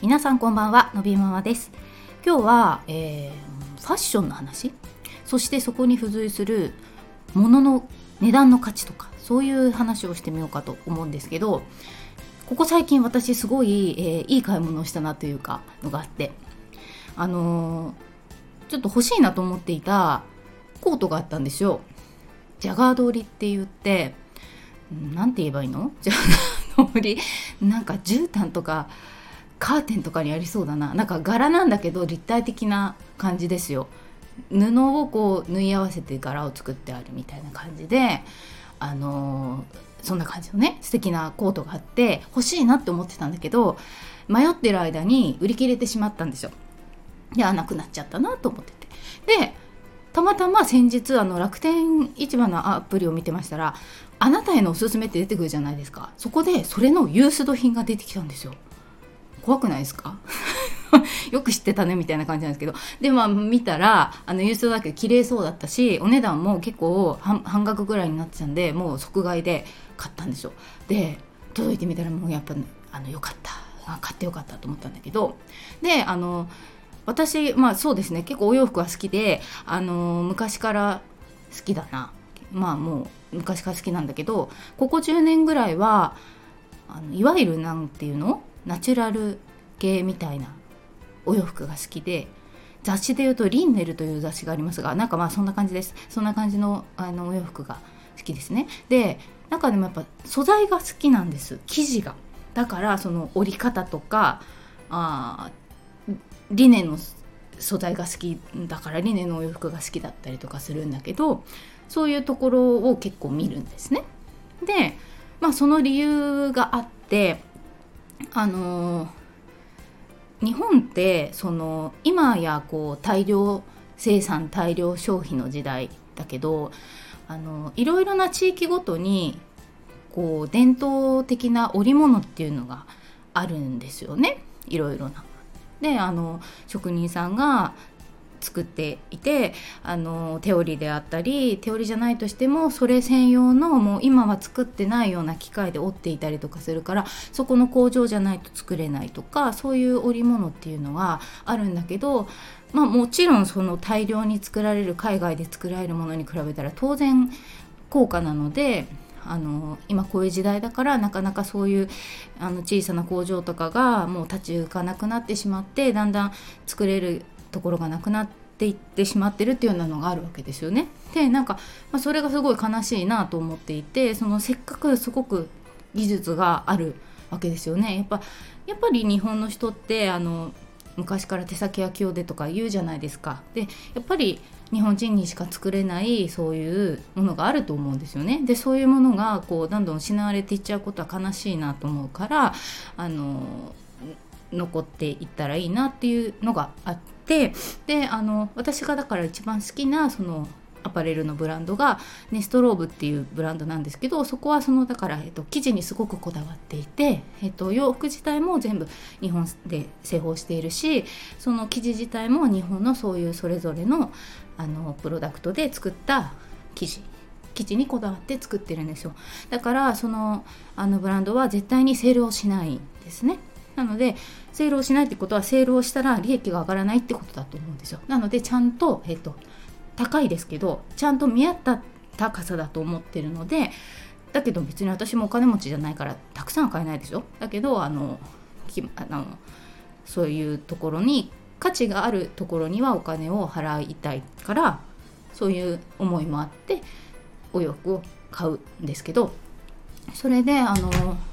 皆さんこんばんは、のびママです。今日は、ファッションの話、そしてそこに付随する物の値段の価値とか、そういう話をしてみようかと思うんですけど、ここ最近私すごい、いい買い物をしたなというかのがあって、ちょっと欲しいなと思っていたコートがあったんですよ。ジャガード織りって言って、なんて言えばいいの？ジャガード織り、なんか絨毯とかカーテンとかにありそうだな。なんか柄なんだけど立体的な感じですよ。布をこう縫い合わせて柄を作ってあるみたいな感じで、そんな感じのね素敵なコートがあって欲しいなって思ってたんだけど、迷ってる間に売り切れてしまったんですよ。で、なくなっちゃったなと思ってて、でたまたま先日楽天市場のアプリを見てましたら、あなたへのおすすめって出てくるじゃないですか。そこでそれのユースド品が出てきたんですよ。怖くないですか？よく知ってたねみたいな感じなんですけど、で見たらユースドだけど綺麗そうだったし、お値段も結構半額ぐらいになってたんで、もう即買いで買ったんですよ。で届いてみたらもうやっぱ、よかった、買ってよかったと思ったんだけど、で私そうですね、結構お洋服は好きで、昔から好きだな。もう昔から好きなんだけど、ここ10年ぐらいはいわゆるなんていうの、ナチュラル系みたいなお洋服が好きで、雑誌でいうとリンネルという雑誌がありますが、なんかそんな感じです。そんな感じのお洋服が好きですね。で中でもやっぱ素材が好きなんです、生地が。だからその織り方とかリネンの素材が好きだからリネンのお洋服が好きだったりとかするんだけど、そういうところを結構見るんですね。でその理由があって、日本って今や大量生産大量消費の時代だけど、いろいろな地域ごとに伝統的な織物っていうのがあるんですよね。いろいろなで職人さんが作っていて、手織りであったり、手織りじゃないとしてもそれ専用のもう今は作ってないような機械で織っていたりとかするから、そこの工場じゃないと作れないとか、そういう織物っていうのはあるんだけど、もちろんその大量に作られる海外で作られるものに比べたら当然高価なので、今こういう時代だからなかなかそういう小さな工場とかがもう立ち行かなくなってしまって、だんだん作れるところがなくなっていってしまってるっていうようなのがあるわけですよね。でそれがすごい悲しいなと思っていて、せっかくすごく技術があるわけですよね。やっぱり日本の人って昔から手先は器用でとか言うじゃないですか。でやっぱり日本人にしか作れないそういうものがあると思うんですよね。でそういうものがどんどん失われていっちゃうことは悲しいなと思うから、残っていったらいいなっていうのがあって、で私がだから一番好きなアパレルのブランドがネストローブっていうブランドなんですけど、そこはだから、生地にすごくこだわっていて、洋服自体も全部日本で製法しているし、その生地自体も日本のそういうそれぞれのプロダクトで作った生地にこだわって作ってるんですよ。だからブランドは絶対にセールをしないんですね。なのでセールをしないってことは、セールをしたら利益が上がらないってことだと思うんですよ。なのでちゃんと、高いですけどちゃんと見合った高さだと思ってるので、だけど別に私もお金持ちじゃないからたくさんは買えないでしょ。だけどそういうところに価値があるところにはお金を払いたいから、そういう思いもあってお洋服を買うんですけど、それで何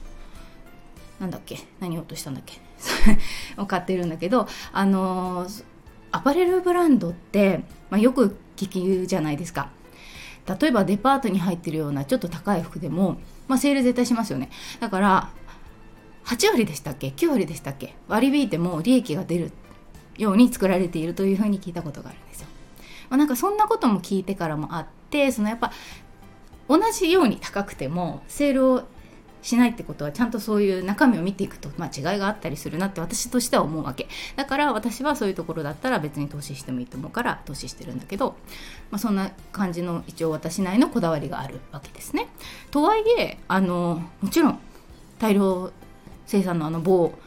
を落としたんだっけを買ってるんだけど、アパレルブランドって、よく聞くじゃないですか。例えばデパートに入ってるようなちょっと高い服でも、セール絶対しますよね。だから8割でしたっけ9割でしたっけ、割り引いても利益が出るように作られているというふうに聞いたことがあるんですよ。なんかそんなことも聞いてからもあって、やっぱ同じように高くてもセールをしないってことは、ちゃんとそういう中身を見ていくと、違いがあったりするなって私としては思うわけだから、私はそういうところだったら別に投資してもいいと思うから投資してるんだけど、そんな感じの一応私なりのこだわりがあるわけですね。とはいえもちろん大量生産の某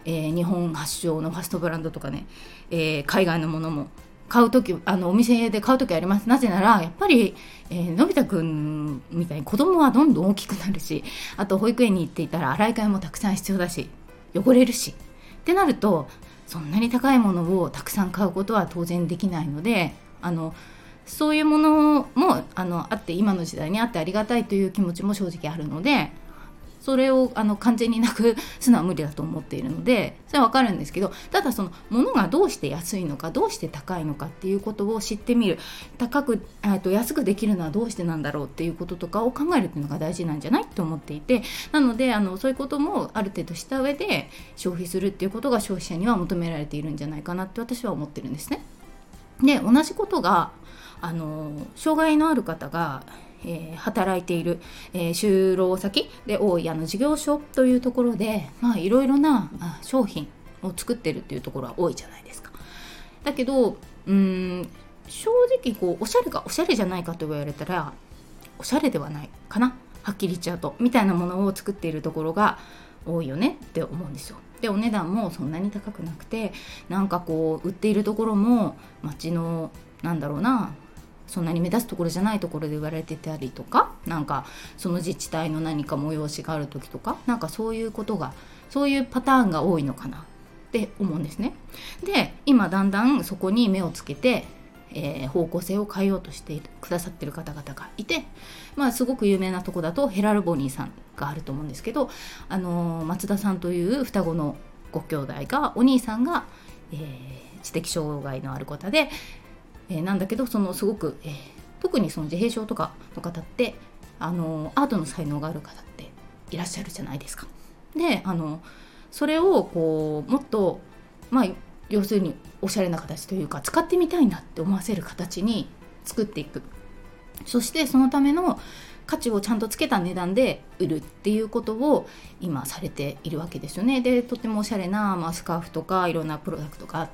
日本発祥のファストブランドとかね、海外のものも買うときお店で買うときあります。なぜならやっぱり、のび太くんみたいに子供はどんどん大きくなるし、あと保育園に行っていたら洗い替えもたくさん必要だし汚れるしってなると、そんなに高いものをたくさん買うことは当然できないので、そういうものもあって今の時代にあってありがたいという気持ちも正直あるので、それを完全になくすのは無理だと思っているので、それは分かるんですけど、ただその物がどうして安いのかどうして高いのかっていうことを知ってみる、安くできるのはどうしてなんだろうっていうこととかを考えるっていうのが大事なんじゃないと思っていて、なのでそういうこともある程度した上で消費するっていうことが消費者には求められているんじゃないかなって私は思ってるんですね。で、同じことが障害のある方が働いている、就労先で多い事業所というところで、いろいろな商品を作ってるっていうところは多いじゃないですか。だけど正直おしゃれかおしゃれじゃないかと言われたらおしゃれではないかな、はっきり言っちゃうとみたいなものを作っているところが多いよねって思うんですよ。で、お値段もそんなに高くなくて、売っているところも街のそんなに目立つところじゃないところで売られてたりとか、その自治体の何か催しがある時とか、そういうことが、そういうパターンが多いのかなって思うんですね。で、今だんだんそこに目をつけて、方向性を変えようとしてくださってる方々がいて、すごく有名なとこだとヘラルボニーさんがあると思うんですけど、松田さんという双子のご兄弟が、お兄さんが、知的障害のある方で、なんだけどすごく、特にその自閉症とかの方ってアートの才能がある方っていらっしゃるじゃないですか。でそれをもっと要するにおしゃれな形というか、使ってみたいなって思わせる形に作っていく。そしてそのための価値をちゃんとつけた値段で売るっていうことを今されているわけですよね。で、とてもおしゃれな、スカーフとかいろんなプロダクトがあって、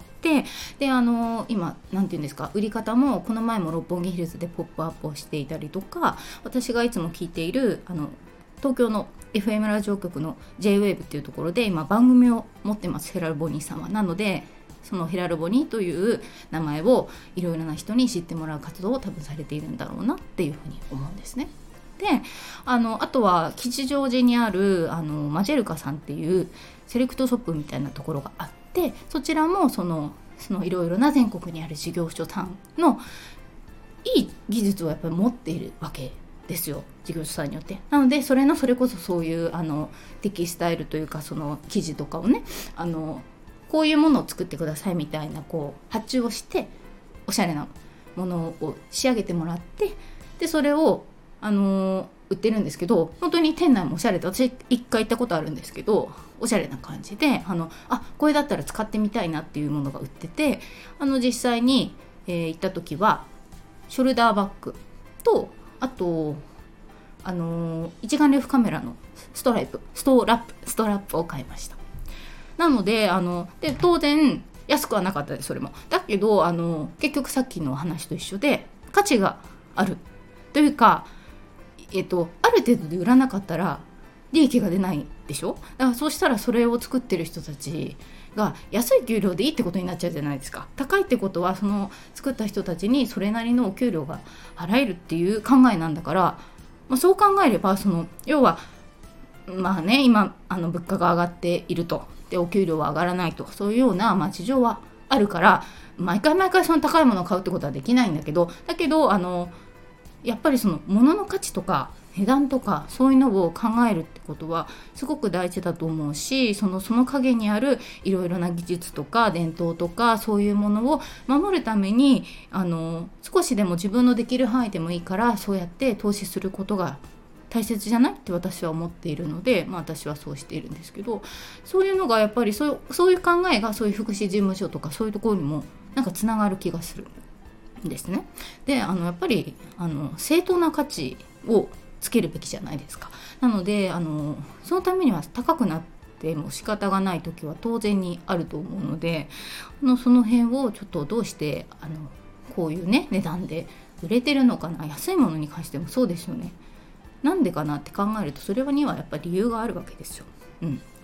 で今なんていうんですか、売り方もこの前も六本木ヒルズでポップアップをしていたりとか、私がいつも聞いている東京の FM ラジオ局の J-WAVE っていうところで今番組を持ってます、ヘラルボニーさんは。なのでそのヘラルボニーという名前をいろいろな人に知ってもらう活動を多分されているんだろうなっていうふうに思うんですね。で、あとは吉祥寺にあるマジェルカさんっていうセレクトショップみたいなところがあって、そちらもそのいろいろな全国にある事業所さんのいい技術をやっぱり持っているわけですよ、事業所さんによって。なのでそれこそそういうテキスタイルというか、その生地とかをね、こういうものを作ってくださいみたいな発注をして、おしゃれなものを仕上げてもらって、でそれを売ってるんですけど、本当に店内もおしゃれで、私一回行ったことあるんですけど、おしゃれな感じでこれだったら使ってみたいなっていうものが売ってて、実際に、行った時はショルダーバッグと、あと一眼レフカメラのストラップを買いました。なのでで当然安くはなかったです、それも。だけど結局さっきの話と一緒で価値があるというか、ある程度で売らなかったら利益が出ないでしょ。だからそうしたらそれを作ってる人たちが安い給料でいいってことになっちゃうじゃないですか。高いってことはその作った人たちにそれなりのお給料が払えるっていう考えなんだから、そう考えれば要は今物価が上がっていると、でお給料は上がらないと、そういうような事情はあるから、毎回その高いものを買うってことはできないんだけど、やっぱりその物の価値とか値段とかそういうのを考えるってことはすごく大事だと思うし、その陰にあるいろいろな技術とか伝統とかそういうものを守るために少しでも自分のできる範囲でもいいから、そうやって投資することが大切じゃないって私は思っているので、私はそうしているんですけど、そういうのがやっぱりそういう考えがそういう福祉事務所とかそういうところにもつながる気がするんですね。でやっぱり正当な価値をつけるべきじゃないですか。なのでそのためには高くなっても仕方がない時は当然にあると思うので、その辺をちょっとどうしてこういうね値段で売れてるのかな。安いものに関してもそうですよね。なんでかなって考えると、それにはやっぱり理由があるわけですよ。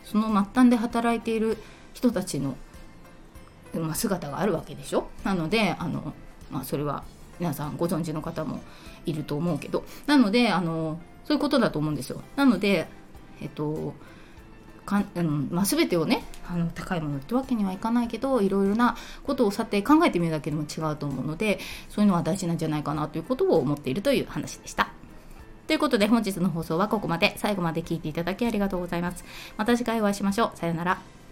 その末端で働いている人たちの、姿があるわけでしょ。なのでそれは皆さんご存知の方もいると思うけど、なのでそういうことだと思うんですよ。なので全てをね高いものってわけにはいかないけど、いろいろなことをさて考えてみるだけでも違うと思うので、そういうのは大事なんじゃないかなということを思っているという話でした。ということで本日の放送はここまで。最後まで聞いていただきありがとうございます。また次回お会いしましょう。さようなら。